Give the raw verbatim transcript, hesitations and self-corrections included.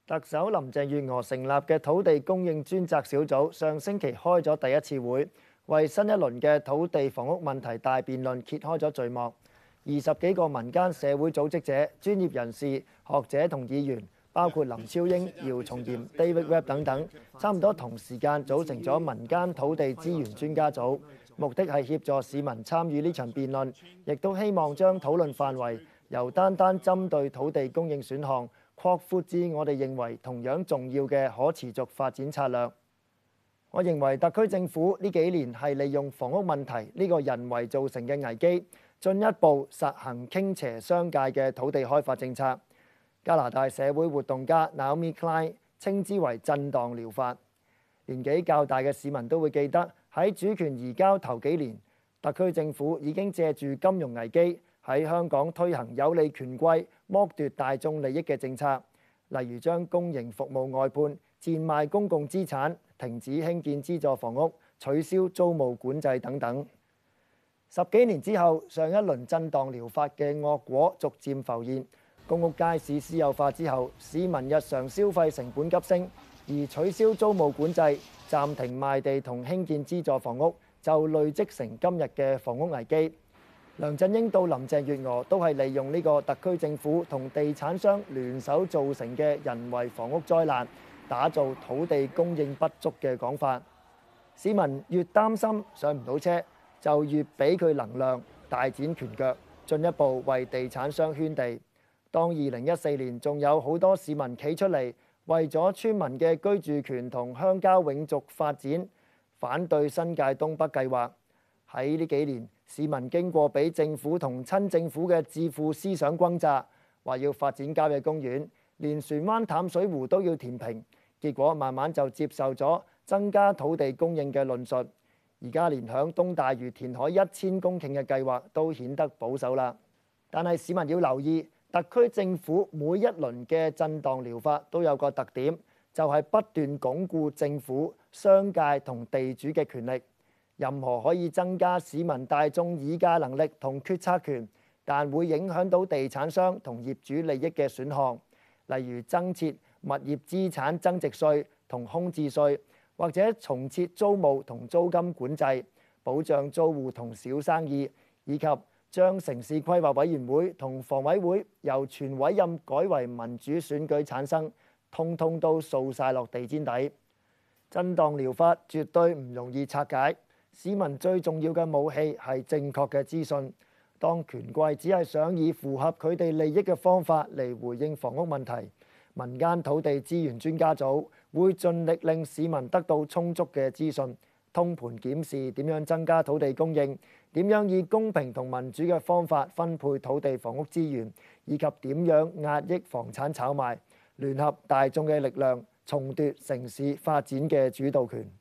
特首林鄭月娥成立嘅土地供應專責小組上星期開咗第一次會，為新一輪嘅土地房屋問題大辯論揭開咗序幕。二十幾個民間社會組織者、專業人士、學者同議員，包括林超英、姚松炎、David Webb 等等，差唔多同時間組成咗民間土地資源專家組，目的係協助市民參與呢場辯論，亦都希望將討論範圍由單單針對土地供應選項，擴闊至我哋認為同樣重要嘅可持續發展策略。我認為特區政府呢幾年係利用房屋問題呢個人為造成嘅危機，進一步實行傾斜商界嘅土地開發政策。加拿大社會活動家 Naomi Klein 稱之為震盪療法。年紀較大嘅市民都會記得喺主權移交頭幾年，特區政府已經借住金融危機喺香港推行有利權貴剝奪大眾利益嘅政策，例如將公營服務外判、賤賣公共資產、停止興建資助房屋、取消租務管制等等。十幾年之後，上一輪震盪療法嘅惡果逐漸浮現。公屋街市私有化之後，市民日常消費成本急升，而取消租務管制、暫停賣地同興建資助房屋，就累積成今日嘅房屋危機。梁振英到林鄭月娥都係利用呢個特區政府同地產商聯手造成嘅人為房屋災難，打造土地供應不足嘅講法。市民越擔心上唔到車，就越俾佢能量，大展拳腳，進一步為地產商圈地。當二零一四年仲有好多市民企出嚟，為咗村民嘅居住權同鄉郊永續發展，反對新界東北計劃。喺呢幾年，市民經過俾政府同親政府嘅智庫思想轟炸，話要發展郊野公園，連船灣淡水湖都要填平，結果慢慢就接受咗增加土地供應嘅論述。而家連響東大嶼填海一千公頃嘅計劃都顯得保守啦。但係市民要留意，特區政府每一輪嘅震盪療法都有個特點，就係不斷鞏固政府、商界同地主嘅權力。任何可以增加市民大眾議價能力同決策權，但會影響到地產商同業主利益嘅選項，例如增設物業資產增值稅同空置稅，或者重設租務同租金管制，保障租戶同小生意，以及將城市規劃委員會同房委會由全委任改為民主選舉產生，通通都掃晒落地氈底。震盪療法絕對唔容易拆解。市民最重要嘅武器係正確嘅資訊。當權貴只係想以符合佢哋利益嘅方法嚟回應房屋問題，民間土地資源專家組會盡力令市民得到充足嘅資訊，通盤檢視點樣增加土地供應，點樣以公平同民主嘅方法分配土地房屋資源，以及點樣壓抑房產炒賣，聯合大眾嘅力量，重奪城市發展嘅主導權。